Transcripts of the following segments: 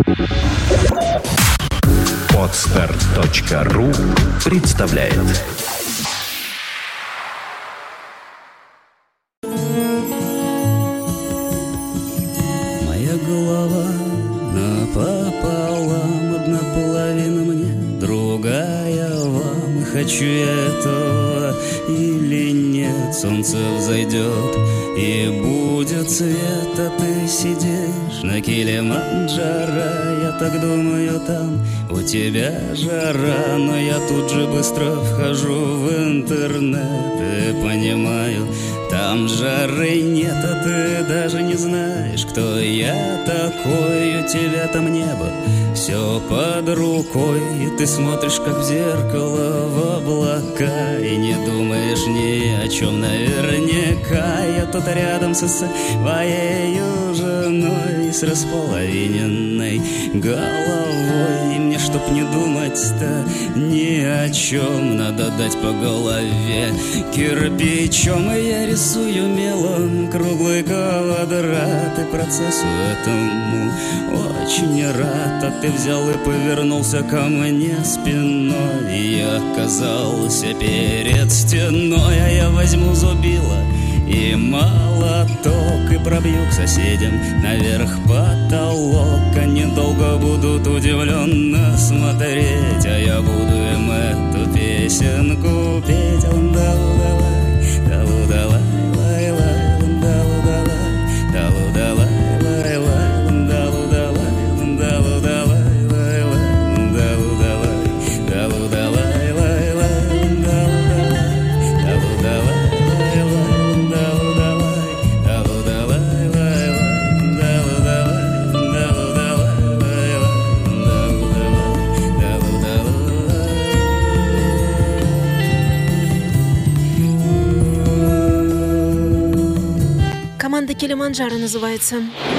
Podster.ru представляет. Моя голова напополам, одна половина мне, другая вам. И хочу я этого или нет, солнце взойдет и будет свет, а ты сидишь на Килиманджаро. Я так думаю, там у тебя жара, но я тут же быстро вхожу в интернет и понимаю, там жары нет, а ты даже не знаешь, кто я такой. У тебя там небо все под рукой, и ты смотришь, как в зеркало, в облака, и не думаешь ни о чем наверняка. Я тут рядом со своей женой, с располовиненной головой, и мне, чтоб не думать-то ни о чем, надо дать по голове кирпичом. И я рисую мелом круглый квадрат, и процессу этому очень рад. А ты взял и повернулся ко мне спиной, и я оказался перед стеной. А я возьму зубило и молоток, и пробью к соседям наверх потолок. Они долго будут удивленно смотреть, а я буду им эту песенку петь. Ландалу давай, далу давай, лай, лай, ландалу давай, далу давай, лай, лай, ландалу давай, ландалу давай, лай, лай, ландалу давай, далу давай, лай, лай, ландалу давай, далу давай. Команда Килиманджаро называется.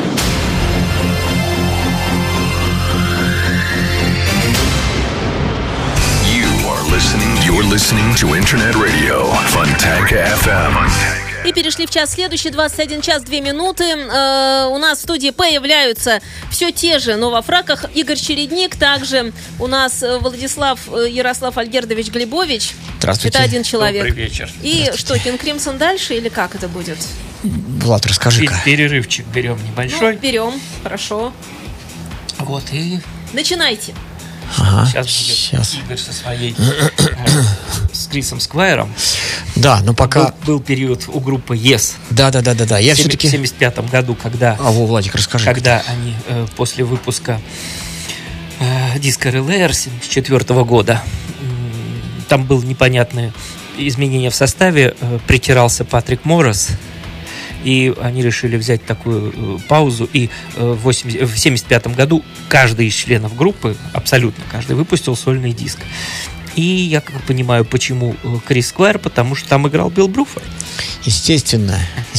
You're listening to Internet Radio Fontanka FM. И перешли в час следующий, 21 час 2 минуты. У нас в студии появляются все те же, но во фраках. Игорь Чередник, также у нас Ярослав Альгердович Глебович. Здравствуйте. Это один человек. Добрый вечер. И что, Кинг Кримсон дальше или как это будет? Влад, расскажи-ка. Перерывчик берем небольшой. Берем, хорошо. Вот и... Начинайте. Ага, Сейчас будет Игорь со своей с Крисом Сквайром. Да, но пока... Был период у группы Yes. Да. Я все-таки... В 75-м году, когда... Владик, расскажи. Когда они после выпуска диска Relayer 74 года, там было непонятное изменение в составе, притирался Патрик Моррис, и они решили взять такую паузу, и в 1975 году каждый из членов группы, абсолютно каждый, выпустил сольный диск. И я как понимаю, почему Крис Сквайр, потому что там играл Билл Бруфорд. Естественно.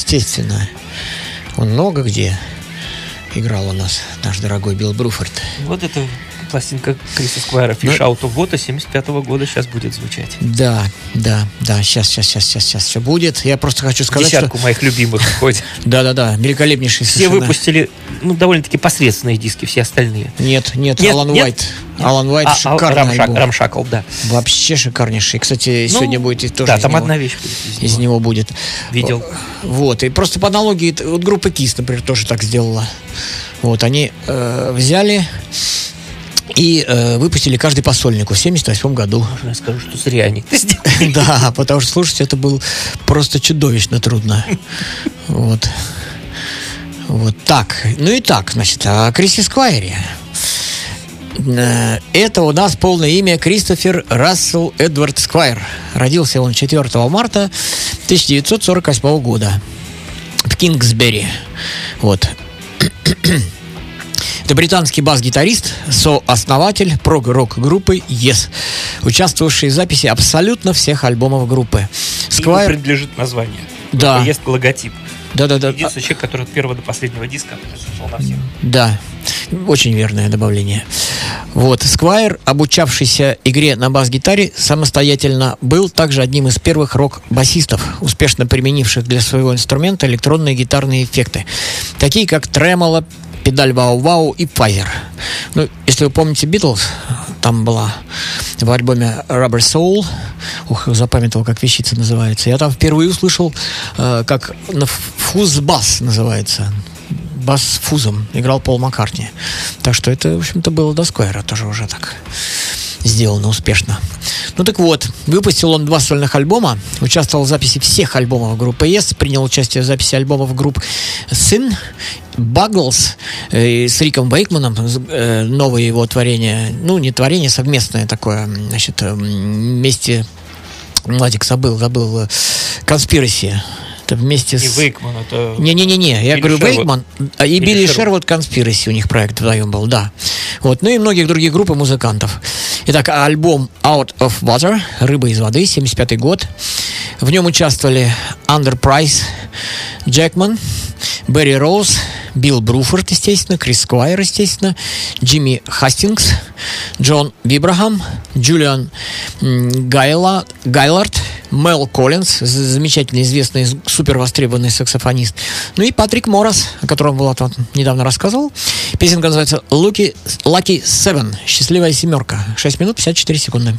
Он много где играл у нас, наш дорогой Билл Бруфорд. Вот это пластинка Криса Сквайра Fish Out of Water 75-го года сейчас будет звучать. Да, сейчас все будет. Я просто хочу сказать, десятку моих любимых входит. Да, великолепнейшие все совершенно. Выпустили, довольно-таки посредственные диски, все остальные. Нет, Алан Уайт. Алан Уайт шикарный альбом. Рамшакл, да. Вообще шикарнейший. Кстати, сегодня будет тоже. Да, там одна вещь будет из него будет. Видел. Вот, и просто по аналогии, вот группа Kiss, например, тоже так сделала. Вот, они взяли и выпустили каждый по сольнику в 1978 году. Можно я скажу, что зря они это сделали. Да, потому что, слушайте, это было просто чудовищно трудно. Вот так. Значит, о Крисе Сквайре. Это у нас полное имя Кристофер Рассел Эдвард Сквайр. Родился он 4 марта 1948 года в Кингсбери. Вот. Это британский бас-гитарист, сооснователь прог-рок группы Yes, участвовавший в записи абсолютно всех альбомов группы. Сквайр принадлежит название. Да. Есть логотип. Да. Единственный человек, который от первого до последнего диска присутствовал на всех. Да, очень верное добавление. Вот, Сквайр, обучавшийся игре на бас-гитаре самостоятельно, был также одним из первых рок-басистов, успешно применивших для своего инструмента электронные гитарные эффекты, такие как тремоло, педаль вау-вау и фазер. Ну, если вы помните Beatles, там была в альбоме Rubber Soul, запамятовал, как вещица называется. Я там впервые услышал, как фуз-бас называется. Бас с фузом играл Пол Маккартни. Так что это, в общем-то, было до Сквайра тоже уже так сделано успешно. Ну так вот, выпустил он 2 сольных альбома, участвовал в записи всех альбомов группы Yes, принял участие в записи альбомов групп Sin, Buggles с Риком Бейкманом, новое его творение, ну не творение, совместное такое, значит, вместе, Владик забыл, Conspiracy. Вместе с... И Вейкман, это... Не-не-не, я говорю, Вейкман и Билли Шервуд, Conspiracy у них проект вдвоем был, да. Вот, ну и многих других групп и музыкантов. Итак, альбом Out of Water, «Рыба из воды», 75-й год. В нем участвовали Андер Прайс, Джекман, Берри Роуз, Билл Бруфорд, естественно, Крис Сквайр, естественно, Джимми Хастингс, Джон Вибрахам, Джулиан Гайлард, Мел Коллинз, замечательно известный, супер востребованный саксофонист. Ну и Патрик Моррис, о котором Влад недавно рассказывал. Песенка называется Lucky Seven, «Счастливая семерка». 6 минут 54 секунды.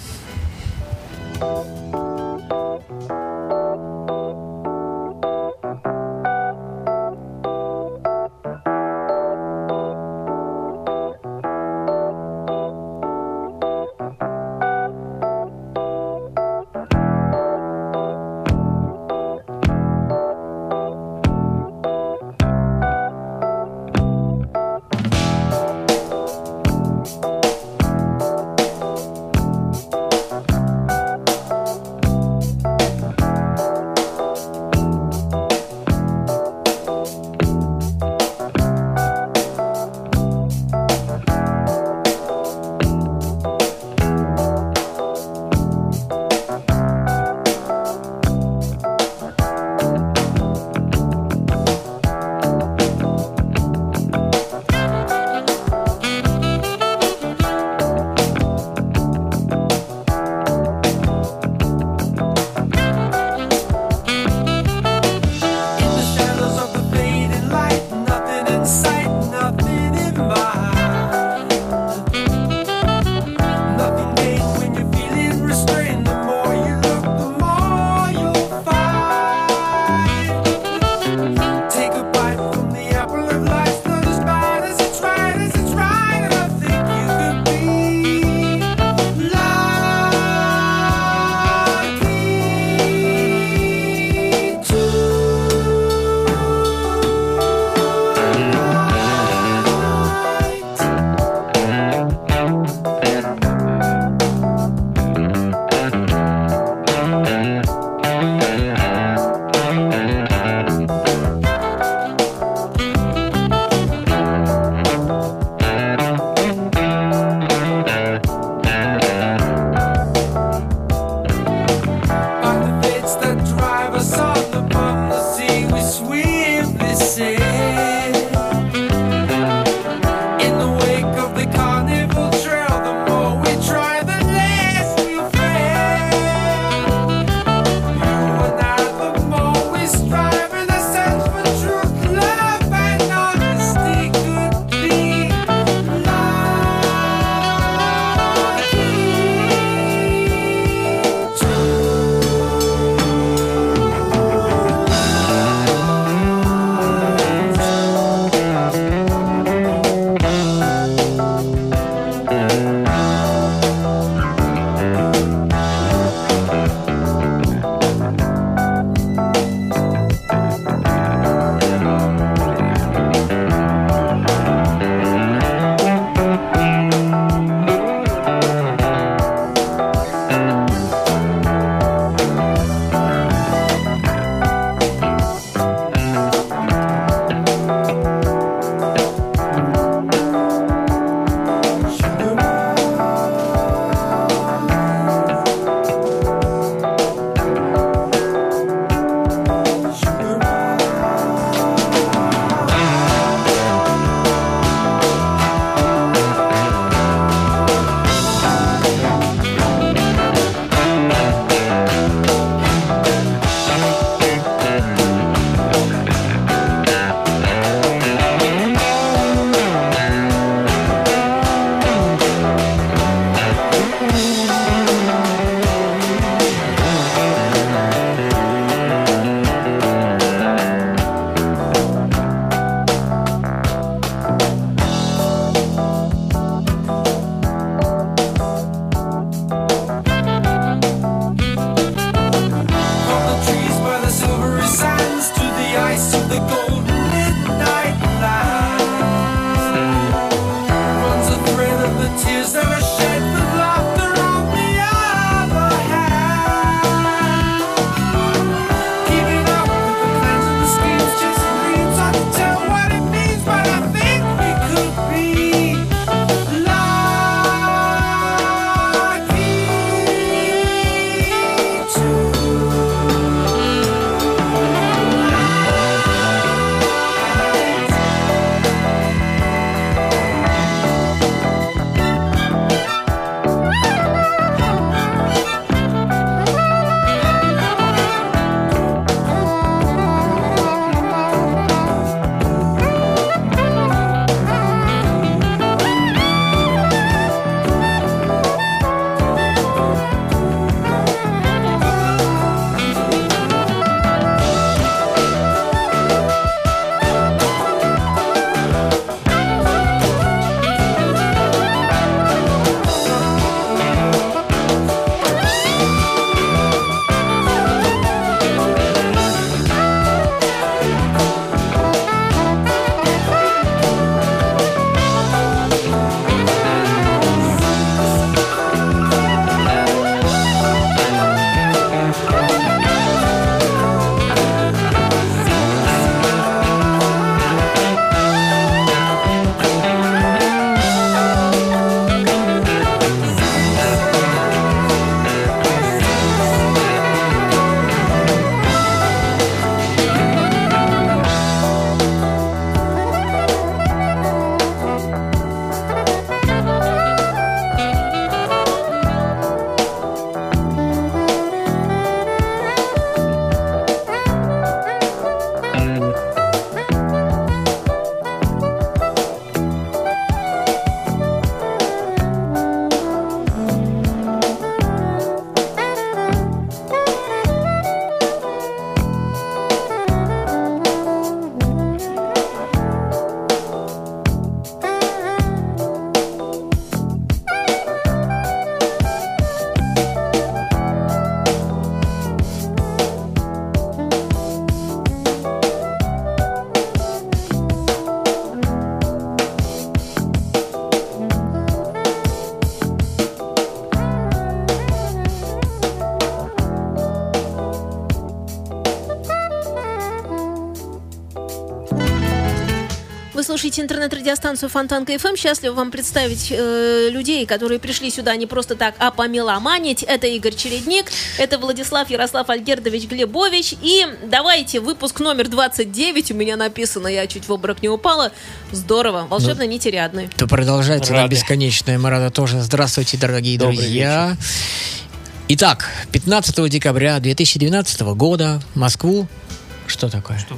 слушаете интернет-радиостанцию Фонтанка ФМ. Счастлив вам представить людей, которые пришли сюда не просто так, а помеломанить. Это Игорь Чередник, это Владислав Ярослав Альгердович Глебович. И давайте, выпуск номер 29 у меня написано, я чуть в обморок не упала. Здорово, волшебно нетерядный. То продолжается на бесконечное. Мы рады тоже. Здравствуйте, дорогие друзья. Итак, 15 декабря 2012 года в Москву... Что такое? Что?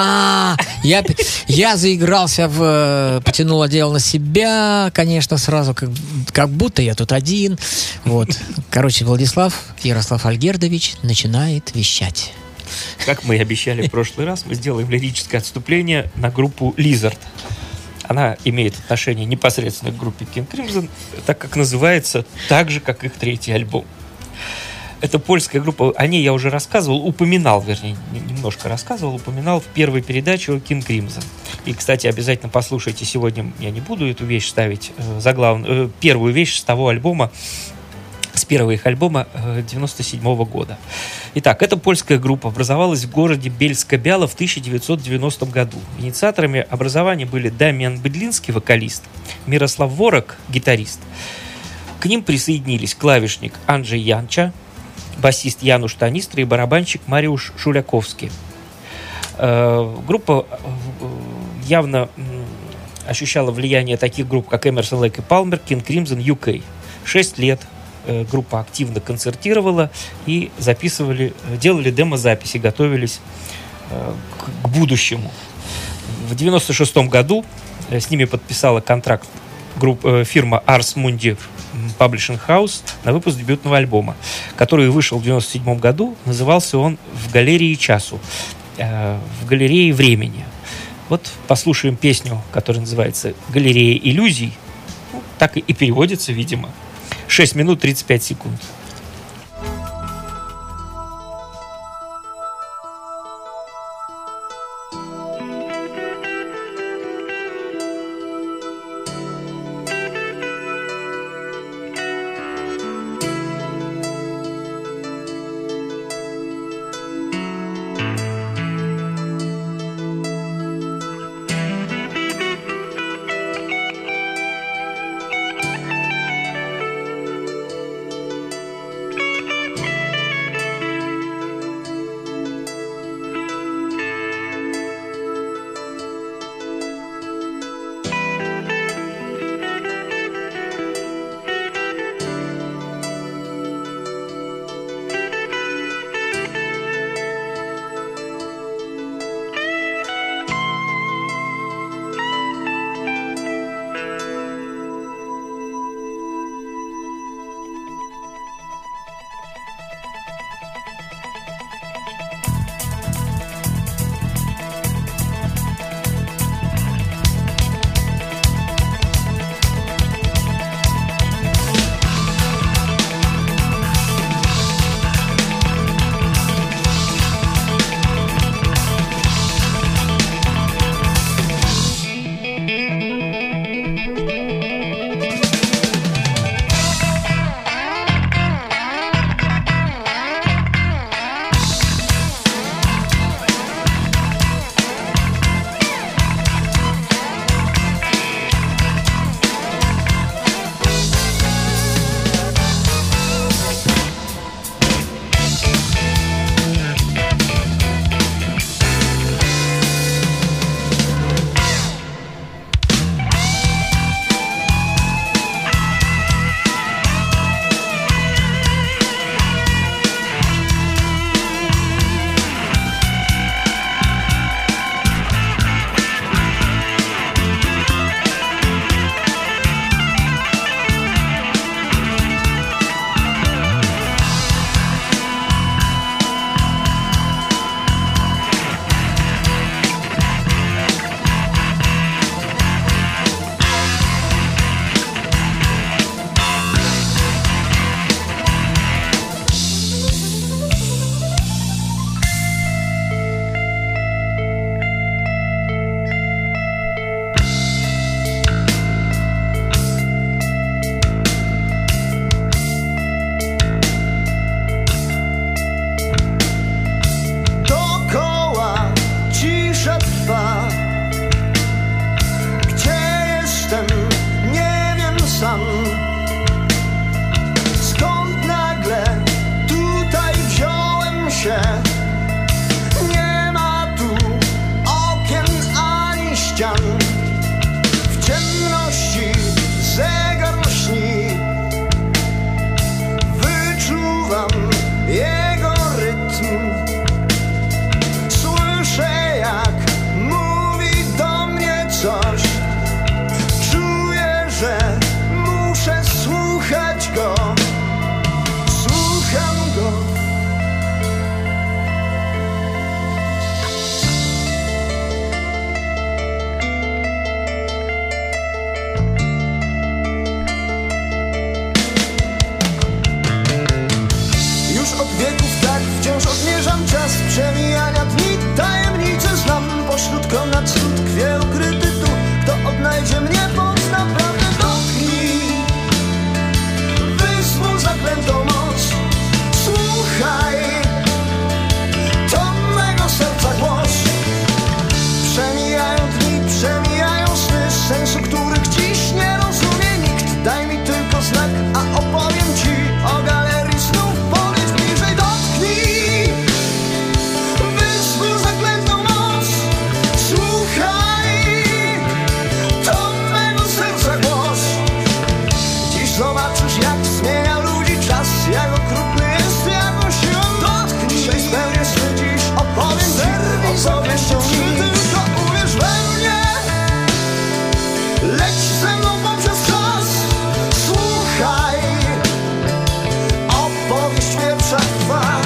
Я заигрался потянул одеяло на себя, конечно, сразу, как будто я тут один. Вот. Короче, Владислав Ярослав Альгердович начинает вещать. Как мы и обещали в прошлый раз, мы сделаем лирическое отступление на группу Lizard. Она имеет отношение непосредственно к группе King Crimson, так как называется так же, как их третий альбом. Это польская группа, о ней я уже упоминал в первой передаче о King Crimson. И, кстати, обязательно послушайте, сегодня я не буду эту вещь ставить, первую вещь с первого их альбома 97 года. Итак, эта польская группа образовалась в городе Бельска-Бяла в 1990 году. Инициаторами образования были Дамиан Бедлинский, вокалист, Мирослав Ворок, гитарист. К ним присоединились клавишник Анджей Янча, басист Януш Танистра и барабанщик Мариуш Шуляковский. Группа явно ощущала влияние таких групп, как Эмерсон, Лейк и Палмер, King Crimson, UK. 6 лет группа активно концертировала и делали демозаписи, готовились к будущему. В 1996 году с ними подписала контракт фирма Ars Mundi Publishing House на выпуск дебютного альбома, который вышел в 1997 году. Назывался он «В галерее часу», в галерее времени. Вот послушаем песню, которая называется «Галерея иллюзий». Так и переводится, видимо. 6 минут 35 секунд. sam. Skąd nagle tutaj wziąłem się? Nie ma tu okien ani ścian. W ciemności zegar śni. Wyczuwam jego rytm. Słyszę, jak mówi do mnie coś. Czuję, że muszę słuchać go. Słucham go. Już od wieków tak wciąż odmierzam czas przemijania dni. Tajemnice znam pośród komnat cud tkwie ukryty tu. Kto odnajdzie mnie, pozna prawdę. Dotknij, wysnuł zaklętą moc. Słuchaj, to mego serca głos. Przemijają dni, przemijają sny, sensu których dziś nie rozumie nikt. Daj mi tylko znak, a opowiem ci o galerii snów. Powiedz bliżej, dotknij, wysnuł zaklętą moc. Słuchaj, to mego serca głos. Dziś zobaczysz, jak zmienia ludzi czas, jak okrutny jest, jaką siłą. Dotknij, że spełnię sny dziś, opowiem ci opowieścią mi. Tylko uwierz we mnie, leć ze mną poprzez czas. Słuchaj, opowieść pierwsza trwa.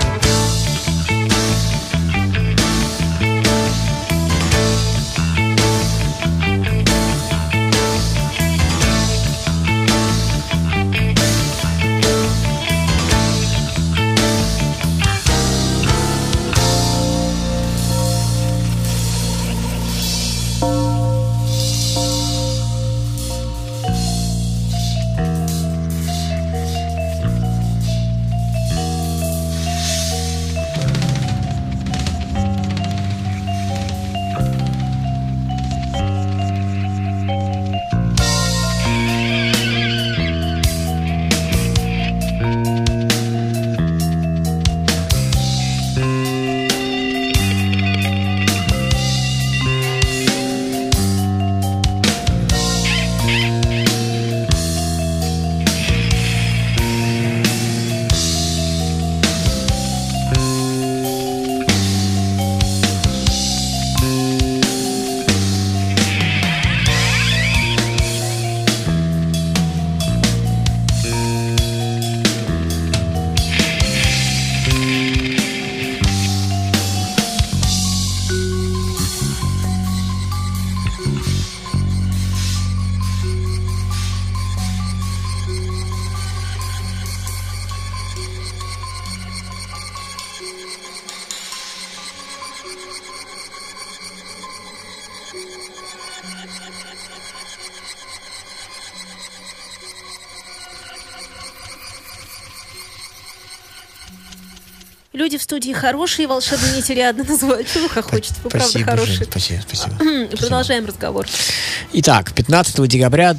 Люди в студии хорошие, волшебные нитирядно называют. Чего хохочет? Вы правда хорошие. Спасибо. Продолжаем разговор. Итак, 15 декабря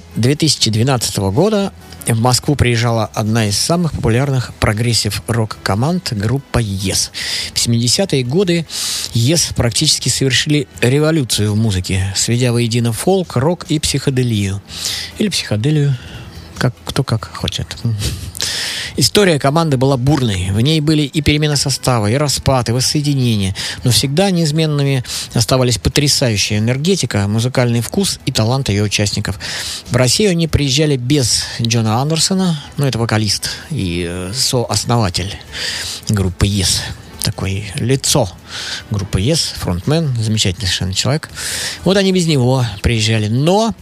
2012 года в Москву приезжала одна из самых популярных прогрессив-рок-команд, группа Yes. В 70-е годы Yes практически совершили революцию в музыке, сведя воедино фолк, рок и психоделию. Или психоделию, кто как хочет. История команды была бурной. В ней были и перемена состава, и распад, и воссоединение. Но всегда неизменными оставались потрясающая энергетика, музыкальный вкус и талант ее участников. В Россию они приезжали без Джона Андерсона, это вокалист и сооснователь группы Yes. Такое лицо группы Yes, фронтмен, замечательный совершенно человек. Вот они без него приезжали, но...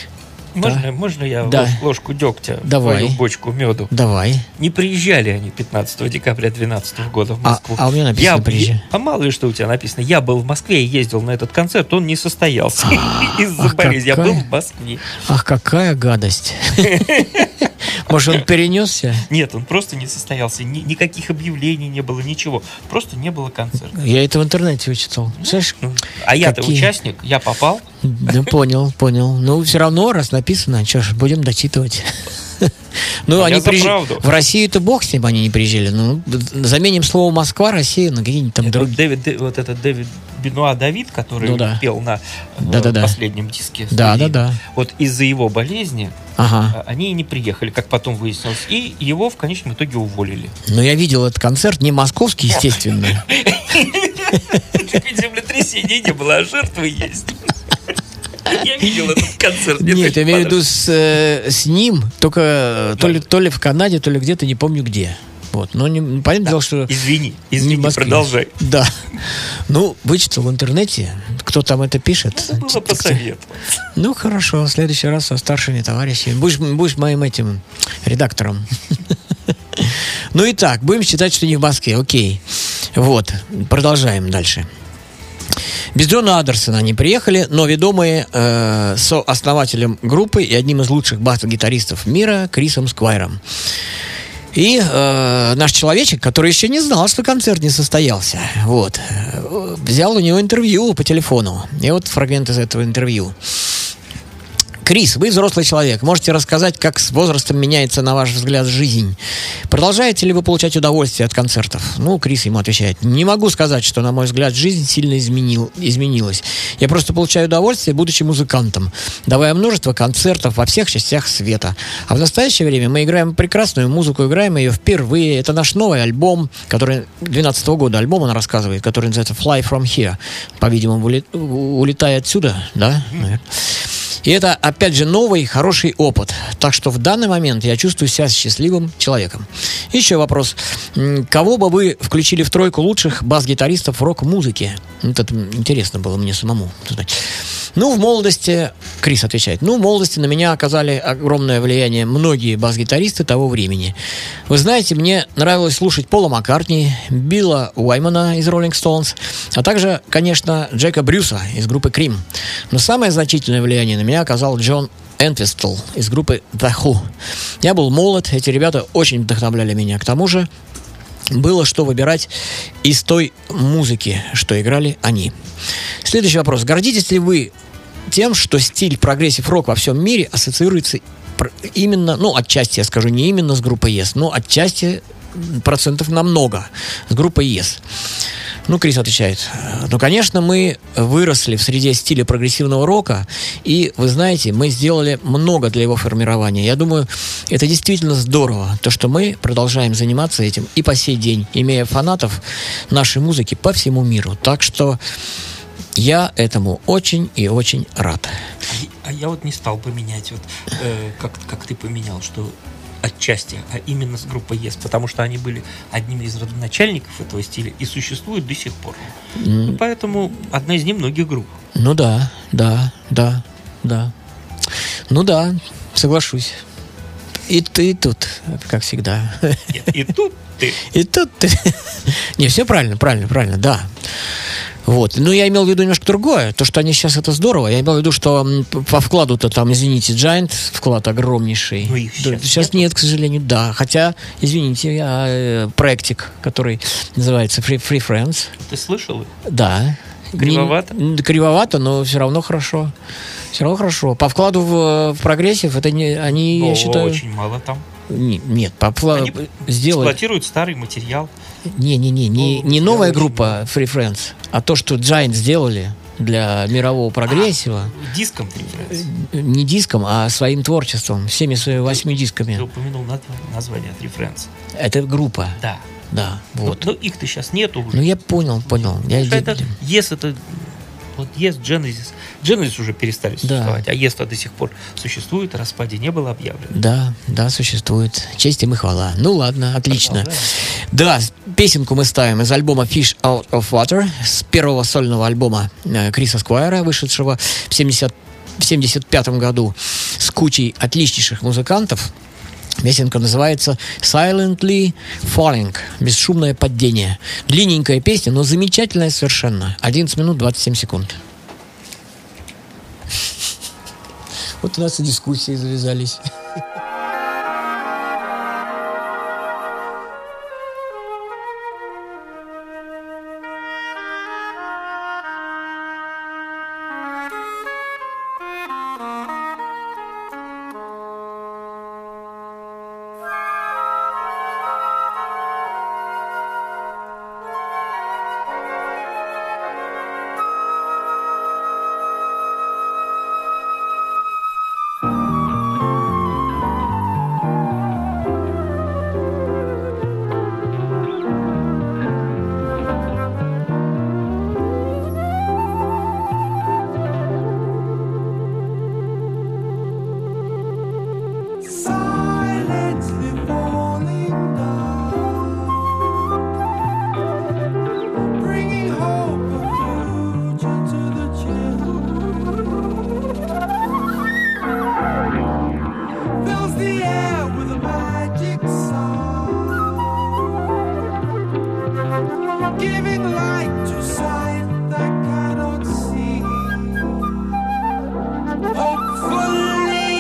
Можно я ложку дегтя в твою бочку меду? Давай. Не приезжали они 15 декабря 2012 года в Москву. А у меня написано приезжали. А мало ли что у тебя написано. Я был в Москве и ездил на этот концерт, он не состоялся из-за болезни. Я был в Москве. Ах, какая гадость. Может, он перенесся? Нет, он просто не состоялся. Никаких объявлений не было, ничего. Просто не было концерта. Я это в интернете вычитал. Слышишь? А я-то какие? участник, я попал. Да, понял. Ну, все равно, раз написано, что ж, будем дочитывать. Ну, они приезжали. В Россию-то бог с ним они не приезжали. Ну, заменим слово Москва, Россия, на какие-нибудь там другие. Вот этот Дэвид Бенуа Давид, который пел на последнем диске. Да. Вот из-за его болезни они и не приехали, как потом выяснилось. И его в конечном итоге уволили. Но я видел этот концерт, не московский, естественно. Землетрясения не было, а жертвы есть. Я видел этот концерт. Нет, я имею в виду с ним, только то ли в Канаде, то ли где-то, не помню где. Вот. Но понятное дело, что... Извини, продолжай. Да. Ну, вычитал в интернете, кто там это пишет. Надо было посоветовать. Ну, хорошо, в следующий раз со старшими товарищами. Будешь моим этим редактором. Ну и так, будем считать, что не в Москве, окей. Вот, продолжаем дальше. Без Джона Андерсона они приехали, но ведомые сооснователем группы и одним из лучших бас-гитаристов мира Крисом Сквайром. И наш человечек, который еще не знал, что концерт не состоялся, вот, взял у него интервью по телефону. И вот фрагмент из этого интервью. Крис, вы взрослый человек. Можете рассказать, как с возрастом меняется, на ваш взгляд, жизнь? Продолжаете ли вы получать удовольствие от концертов? Ну, Крис ему отвечает. Не могу сказать, что, на мой взгляд, жизнь сильно изменилась. Я просто получаю удовольствие, будучи музыкантом, давая множество концертов во всех частях света. А в настоящее время мы играем прекрасную музыку, играем ее впервые. Это наш новый альбом, который 2012 года альбом, он рассказывает, который называется Fly From Here. По-видимому, улетай отсюда, да? И это, опять же, новый, хороший опыт. Так что в данный момент я чувствую себя счастливым человеком. Еще вопрос. Кого бы вы включили в тройку лучших бас-гитаристов рок-музыки? Вот это интересно было мне самому. Ну, в молодости, Крис отвечает, в молодости на меня оказали огромное влияние многие бас-гитаристы того времени. Вы знаете, мне нравилось слушать Пола Маккартни, Билла Уаймана из Rolling Stones, а также, конечно, Джека Брюса из группы Cream. Но самое значительное влияние на меня оказал Джон Энтвистл из группы The Who. Я был молод, эти ребята очень вдохновляли меня. К тому же было что выбирать из той музыки, что играли они. Следующий вопрос. Гордитесь ли вы тем, что стиль прогрессив-рок во всем мире ассоциируется именно, отчасти я скажу, не именно с группой Yes, но отчасти процентов намного с группой Yes? Крис отвечает. Конечно, мы выросли в среде стиля прогрессивного рока, и, вы знаете, мы сделали много для его формирования. Я думаю, это действительно здорово, то, что мы продолжаем заниматься этим и по сей день, имея фанатов нашей музыки по всему миру. Так что я этому очень и очень рад. А я вот не стал поменять, как ты поменял, что отчасти, а именно с группой Yes, потому что они были одними из родоначальников этого стиля и существуют до сих пор. Поэтому одна из немногих групп. Да. Соглашусь. И ты тут, как всегда. Нет, и тут ты. И тут ты. Не, все правильно, да. Вот. Но я имел в виду немножко другое. То, что они сейчас, это здорово. Я имел в виду, что по вкладу-то там, извините, Giant вклад огромнейший. Сейчас нет, к сожалению, да. Хотя, извините, проектик, который называется Free Friends. Ты слышал их? Да. Кривовато? Кривовато, но все равно хорошо. Все равно хорошо. По вкладу в прогрессив, это не, они, я считаю... очень мало там. Нет, по вкладу сделали... эксплуатируют старый материал. Не новая группа Free Friends, а то, что Giant сделали для мирового прогрессива. Диском Free Friends? Не диском, а своим творчеством, всеми своими 8 дисками. Ты упомянул название Free Friends. Это группа. Да, вот. Но их-то сейчас нету уже. Я понял. Yes, это... Вот Yes, Genesis уже перестали существовать, а Yes-то до сих пор существует, о распаде не было объявлено. Да, существует. Честь им и хвала. Ну ладно, отлично. Да, песенку мы ставим из альбома Fish Out of Water, с первого сольного альбома Криса Сквайра, вышедшего в 1975 году с кучей отличнейших музыкантов. Песенка называется Silently Falling. Бесшумное падение. Длинненькая песня, но замечательная совершенно. 11 минут 27 секунд. Вот у нас и дискуссии завязались. the air with a magic song, giving light to sight that cannot see. Hopefully,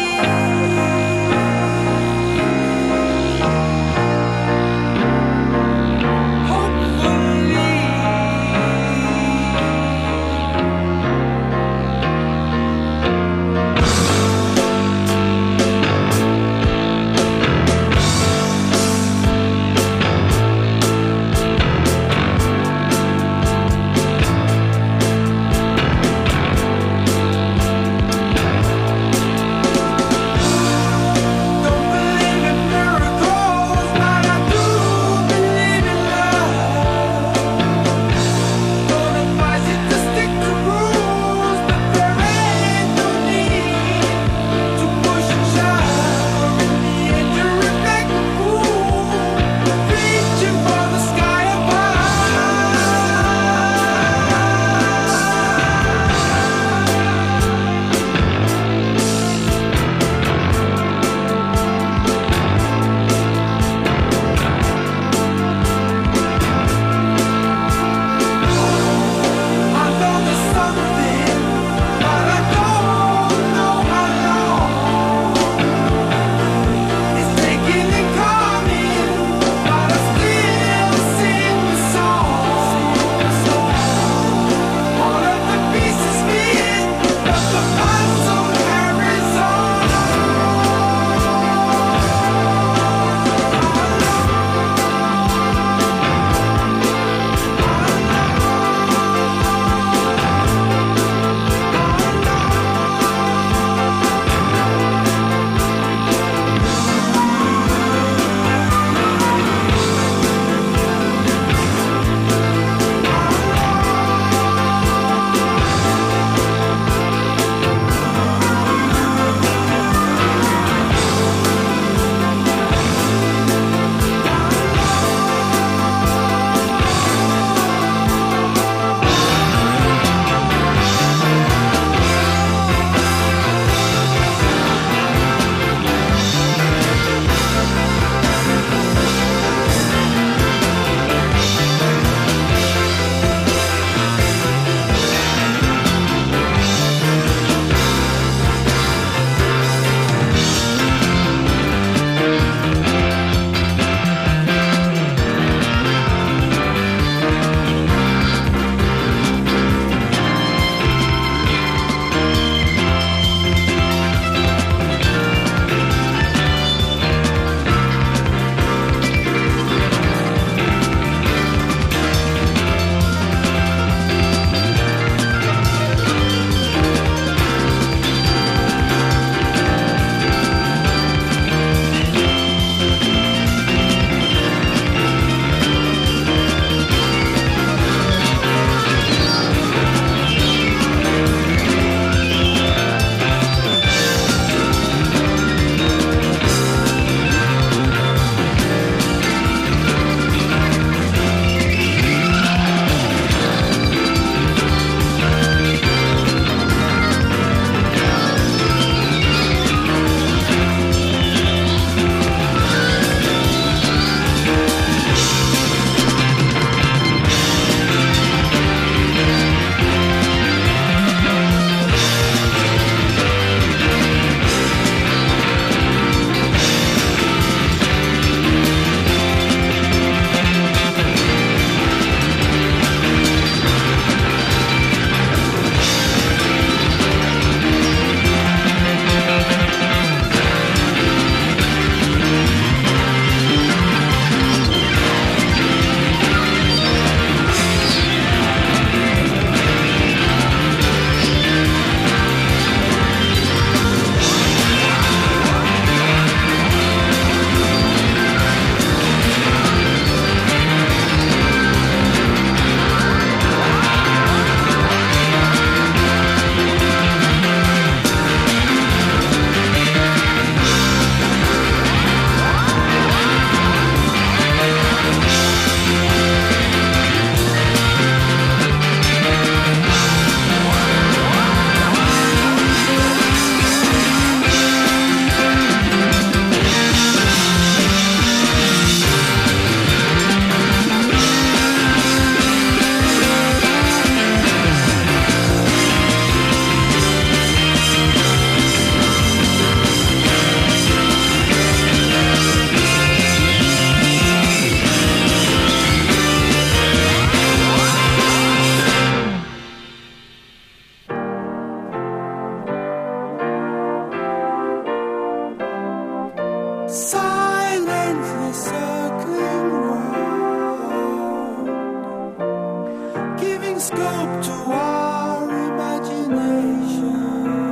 silently circling round, giving scope to our imagination.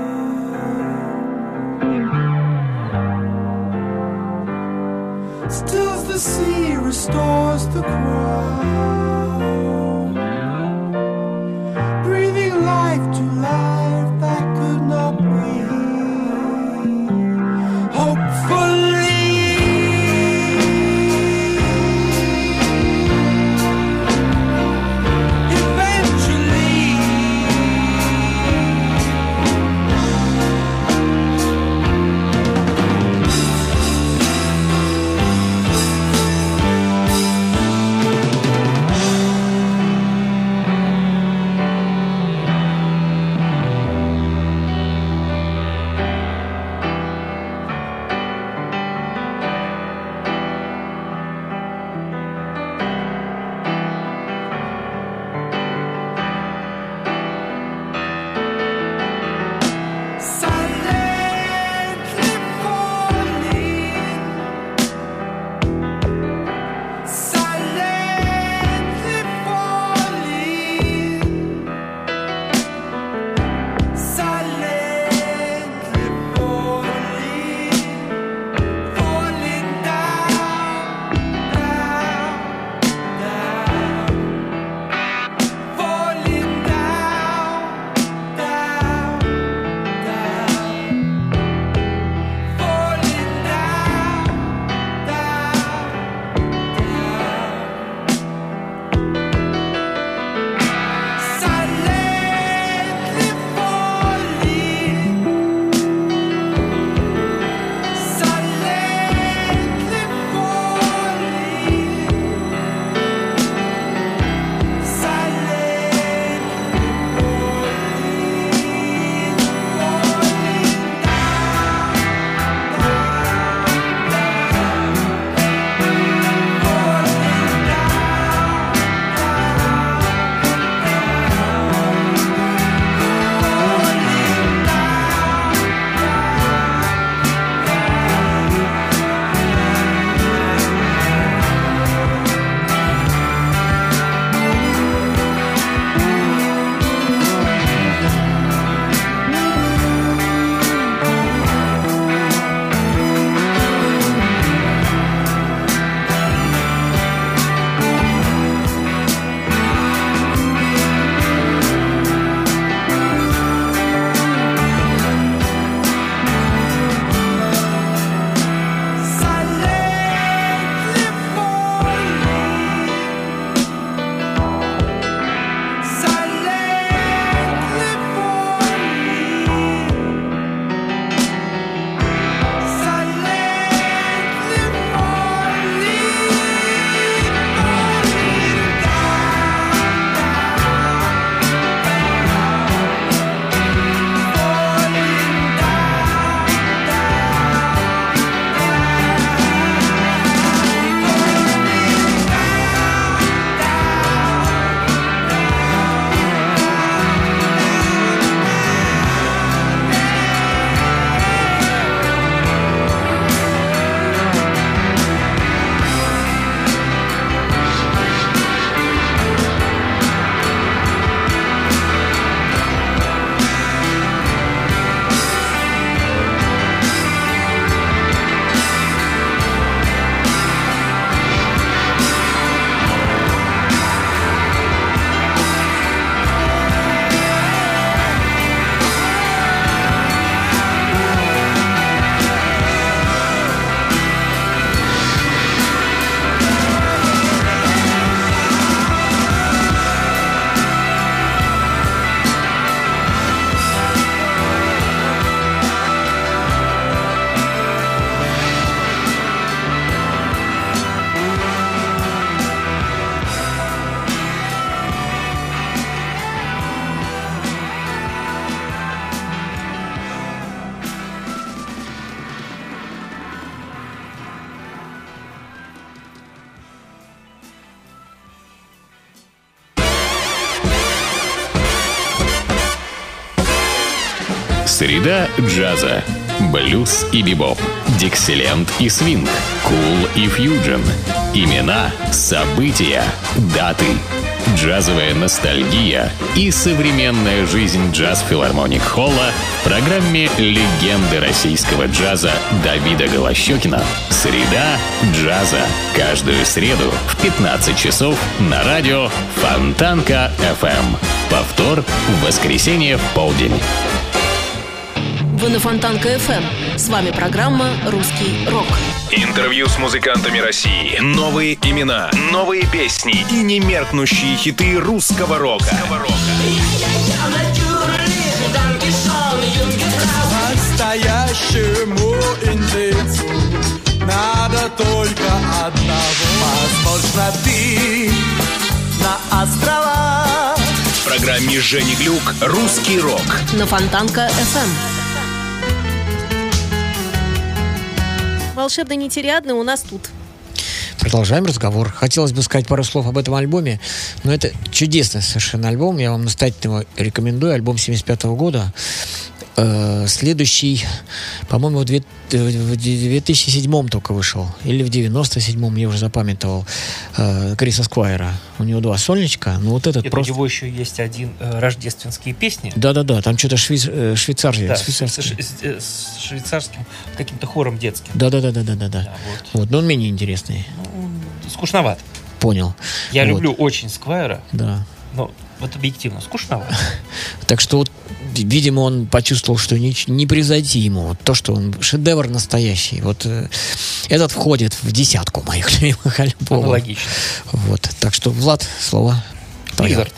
Stills the sea, restores the crowd, breathing life to life that could not breathe. Hopefully, eventually, silently falling, silently falling, silently falling, falling down, down, down, falling down, down, down, falling down, silently falling, silently falling, Среда джаза. блюз и бибоп, диксиленд и свинг, кул и фьюджен. Имена, события, даты, джазовая ностальгия и современная жизнь джаз-филармоник-холла в программе «Легенды российского джаза» Давида Голощёкина. Среда джаза. Каждую среду в 15 часов на радио Фонтанка FM. Повтор в воскресенье в полдень. Вы на Фонтанка FM. С вами программа «Русский рок». Интервью с музыкантами России. Новые имена, новые песни и немеркнущие хиты русского рока. Настоящему индейцу надо только одного. Возможно, ты на островах. В программе Жени Глюк «Русский рок». На Фонтанка FM. Волшебный нетериадный у нас тут. Продолжаем разговор. Хотелось бы сказать пару слов об этом альбоме, но это чудесный совершенно альбом. Я вам настоятельно его рекомендую. Альбом 75-го года. Следующий, по-моему, в 2007 только вышел. Или в 97-м, я уже запамятовал, Криса Сквайра. У него 2 сольничка. Ну, вот этот Нет, просто... у него еще есть один рождественские песни. Да-да-да, там что-то швейцарское. Да, с швейцарским каким-то хором детским. Да-да-да. Вот. Но он менее интересный. Скучноват. Понял. Я Вот. люблю очень Сквайра, Да. но вот объективно скучноват. Так что вот, видимо, он почувствовал, что не превзойти ему. Вот то, что он шедевр настоящий. Вот этот входит в 10 моих любимых альбомов. Аналогично. Вот. Так что, Влад, слово твое. Blizzard.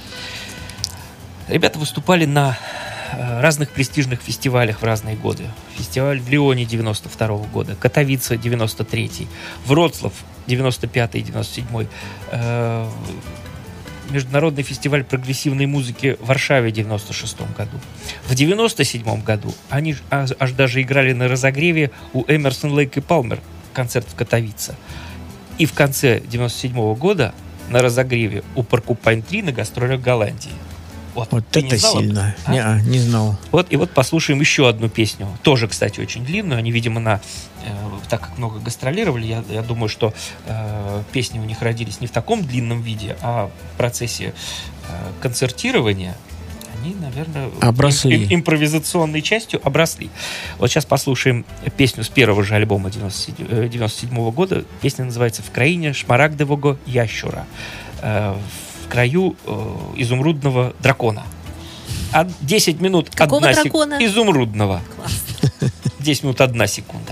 Ребята выступали на разных престижных фестивалях в разные годы. Фестиваль в Лионе 92 года, Катовице 93-й, Вроцлав 95-й, 97-й, Международный фестиваль прогрессивной музыки в Варшаве в 96 году. В 97 году они аж даже играли на разогреве у Эмерсон, Лейк и Палмер концерт в Катовице. И в конце 97 года на разогреве у Поркупайн 3 на гастролях в Голландии. Вот ты это не знал сильно. это? Не знал. Вот послушаем еще одну песню. Тоже, кстати, очень длинную. Они, видимо, так как много гастролировали, я думаю, что песни у них родились не в таком длинном виде, а в процессе концертирования они, наверное, обросли. Импровизационной частью обросли. Вот сейчас послушаем песню с первого же альбома 97 года. Песня называется «В краине шмарагдового ящура». В краю изумрудного дракона. 10 минут. Какого дракона? Изумрудного. Класс. 10 минут 1 секунда.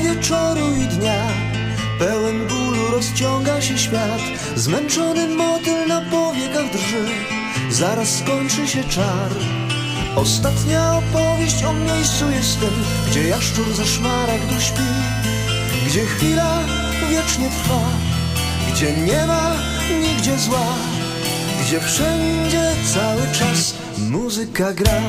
wieczoru i dnia. Pełen bólu rozciąga się świat. Zmęczony motyl na powiekach drży. Zaraz skończy się czar. Ostatnia opowieść o miejscu jest tym, gdzie jaszczur ze szmaragdu śpi, gdzie chwila wiecznie trwa, gdzie nie ma nigdzie zła, gdzie wszędzie cały czas muzyka gra.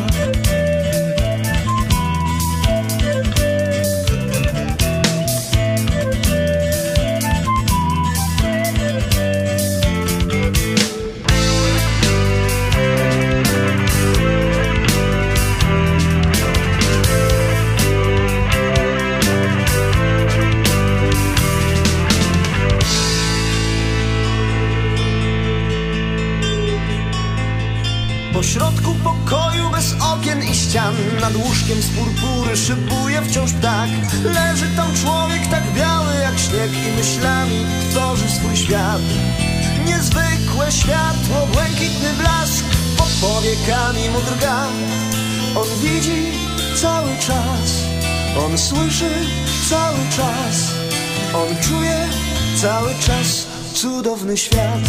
Po środku pokoju bez okien i ścian, nad łóżkiem z purpury szybuje wciąż ptak. Leży tam człowiek tak biały jak śnieg i myślami tworzy swój świat. Niezwykłe światło, błękitny blask pod powiekami mu drga. On widzi cały czas, on słyszy cały czas, on czuje cały czas cudowny świat.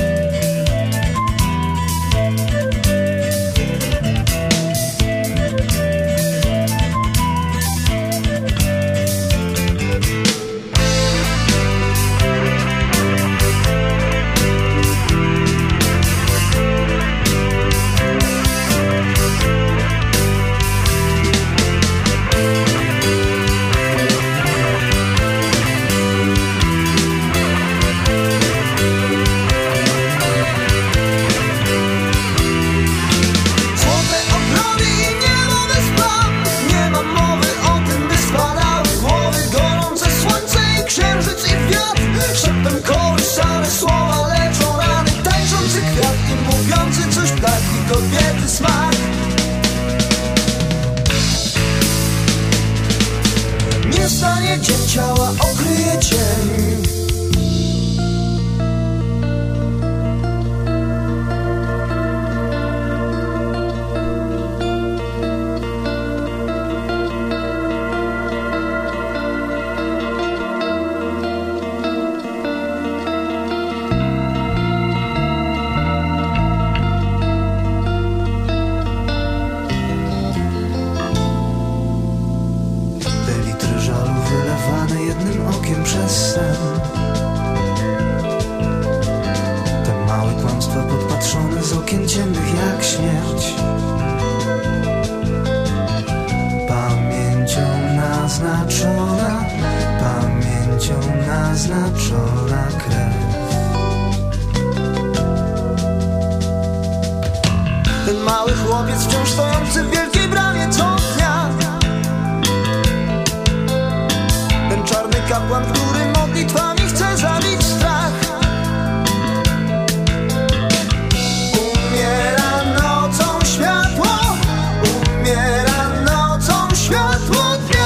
Kobiety smak. Nie stanie dzień, ciała okryje cień. Naznaczona krew. Ten mały chłopiec wciąż stojący w wielkiej bramie co dnia. Ten czarny kapłan, który modlitwami chce zabić strach. Umiera nocą światło, umiera nocą światło dnia.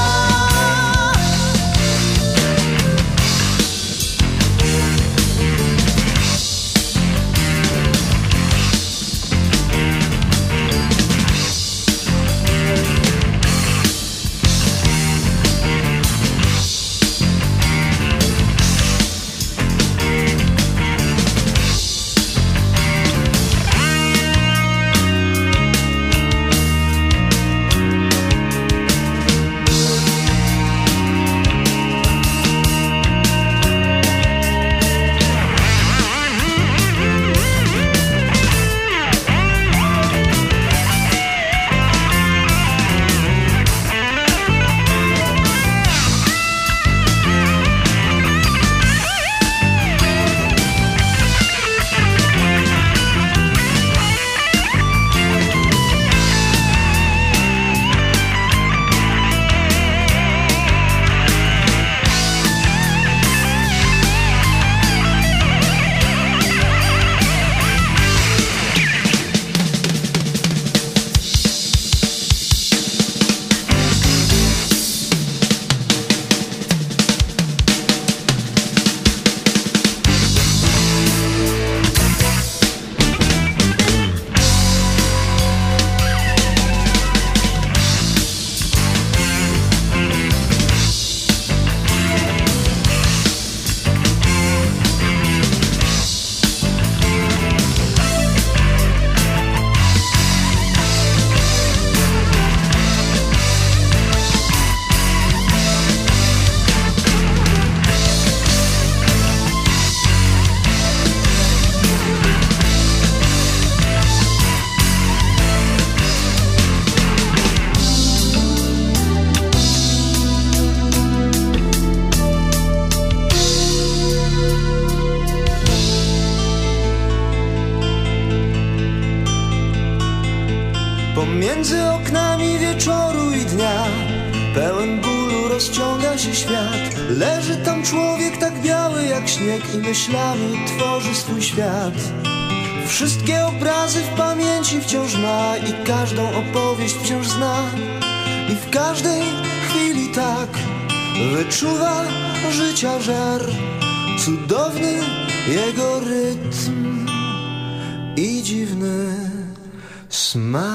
rozciąga się świat. Leży tam człowiek tak biały jak śnieg i myślami tworzy swój świat. Wszystkie obrazy w pamięci wciąż ma i każdą opowieść wciąż zna. I w każdej chwili tak wyczuwa życia żar. Cudowny jego rytm i dziwny smak.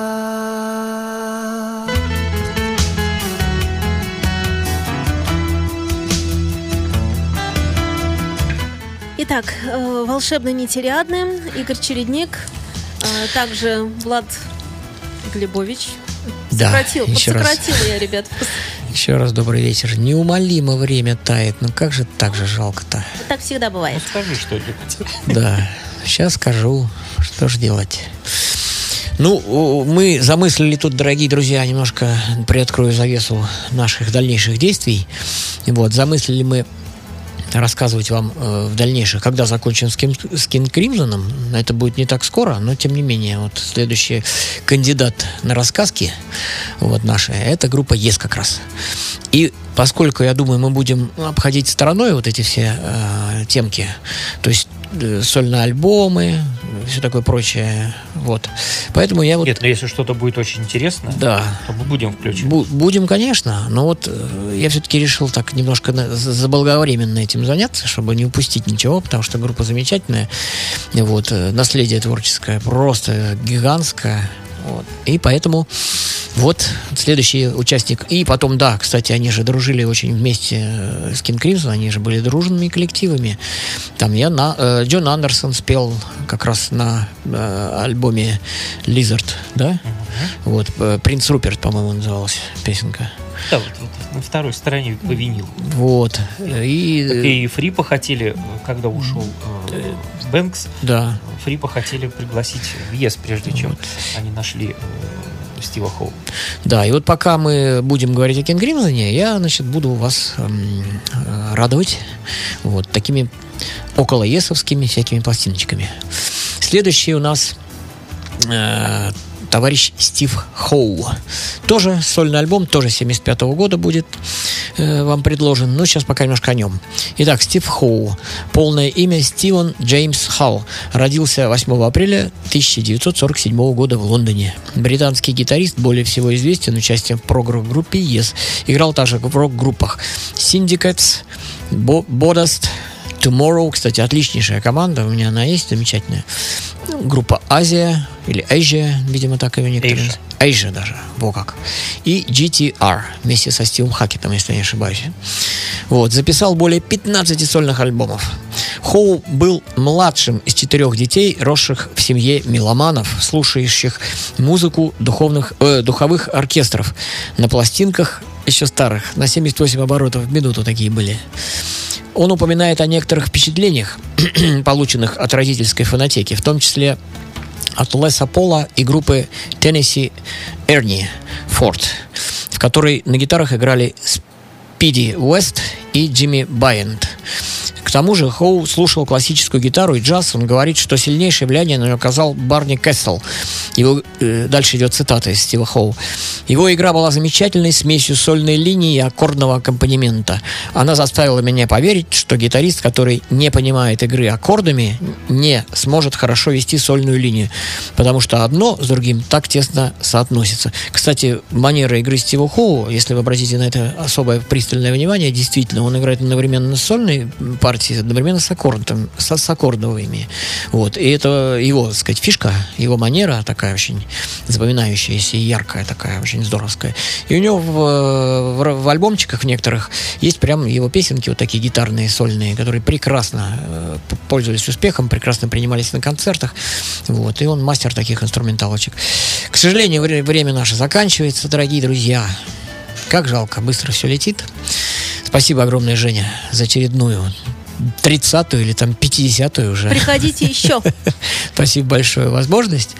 Итак, волшебный нетериадный, Игорь Чередник, также Влад Глебович. Да, Подсократила я, ребят. Еще раз добрый вечер. Неумолимо время тает. Ну как же так же жалко-то? Так всегда бывает. Ну, скажи, что делать. Да, сейчас скажу, что же делать. Ну, мы замыслили тут, дорогие друзья, немножко приоткрою завесу наших дальнейших действий. Вот, замыслили мы рассказывать вам в дальнейшем, когда закончим с King Crimson. Это будет не так скоро, но тем не менее, вот следующий кандидат на рассказки вот наши, это группа Yes как раз. И поскольку, я думаю, мы будем обходить стороной вот эти все темки, то есть сольные альбомы, все такое прочее, вот. Поэтому я вот... Нет, но если что-то будет очень интересно, да, то мы будем включать. Будем, конечно, но вот я все-таки решил так немножко заблаговременно этим заняться, чтобы не упустить ничего, потому что группа замечательная, вот, наследие творческое просто гигантское, вот. И поэтому вот следующий участник. И потом, да, кстати, они же дружили очень вместе с King Crimson, они же были дружными коллективами. Там Джон Андерсон спел как раз на альбоме Lizard, да? Вот, Принц Руперт, по-моему, называлась песенка. Да, вот на второй стороне по винилу. Вот. И Фрипа хотели, когда ушел Бэнкс, да, Фрипа хотели пригласить в Yes, прежде чем они нашли Стива Хоу. Да, и вот пока мы будем говорить о King Crimson, я, значит, буду вас радовать вот такими около есовскими всякими пластиночками. Следующий у нас товарищ Стив Хоу. Тоже сольный альбом, тоже 75-го года будет вам предложен. Но сейчас пока немножко о нем. Итак, Стив Хоу. Полное имя Стивен Джеймс Халл. Родился 8 апреля 1947 года в Лондоне. Британский гитарист, более всего известен участием в прогрок-группе Yes. Играл также в рок-группах Syndicates, Bodast, Tomorrow, кстати, отличнейшая команда, у меня она есть, замечательная. Группа Азия, или Asia, видимо, так ее некоторые. Asia даже, во как. И GTR, вместе со Стивом Хакетом, если я не ошибаюсь. Вот, записал более 15 сольных альбомов. Хоу был младшим из 4 детей, росших в семье меломанов, слушающих музыку духовых оркестров. На пластинках еще старых, на 78 оборотов в минуту такие были. Он упоминает о некоторых впечатлениях, полученных от родительской фонотеки, в том числе от Леса Пола и группы Tennessee Ernie Ford, в которой на гитарах играли Спиди Уэст и Джимми Байент. К тому же Хоу слушал классическую гитару и джаз. Он говорит, что сильнейшее влияние на него оказал Барни Кэссел. Дальше идет цитата из Стива Хоу. Его игра была замечательной смесью сольной линии и аккордного аккомпанемента. Она заставила меня поверить, что гитарист, который не понимает игры аккордами, не сможет хорошо вести сольную линию, потому что одно с другим так тесно соотносится. Кстати, манера игры Стива Хоу, если вы обратите на это особое пристальное внимание, действительно, он играет одновременно с сольной партией, одновременно с аккордовыми. Вот. И это его, так сказать, фишка, его манера такая очень запоминающаяся и яркая такая, очень здоровская. И у него в альбомчиках в некоторых есть прям его песенки вот такие гитарные, сольные, которые прекрасно пользовались успехом, прекрасно принимались на концертах. Вот. И он мастер таких инструменталочек. К сожалению, время наше заканчивается, дорогие друзья. Как жалко, быстро все летит. Спасибо огромное, Женя, за очередную 30-ю или там 50-ю уже. Приходите еще. Спасибо большое возможность,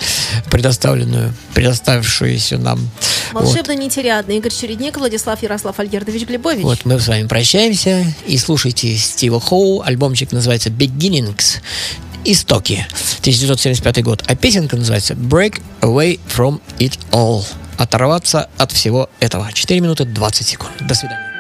предоставившуюся нам. Волшебно нетериадный. Игорь Чередник, Владислав Ярослав Альгердович Глебович. Вот мы с вами прощаемся и слушайте Стива Хоу. Альбомчик называется Beginnings. Истоки. 1975 год. А песенка называется Break Away From It All. Оторваться от всего этого. 4 минуты 20 секунд. До свидания.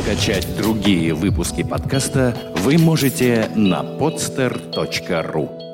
Скачать другие выпуски подкаста вы можете на podster.ru.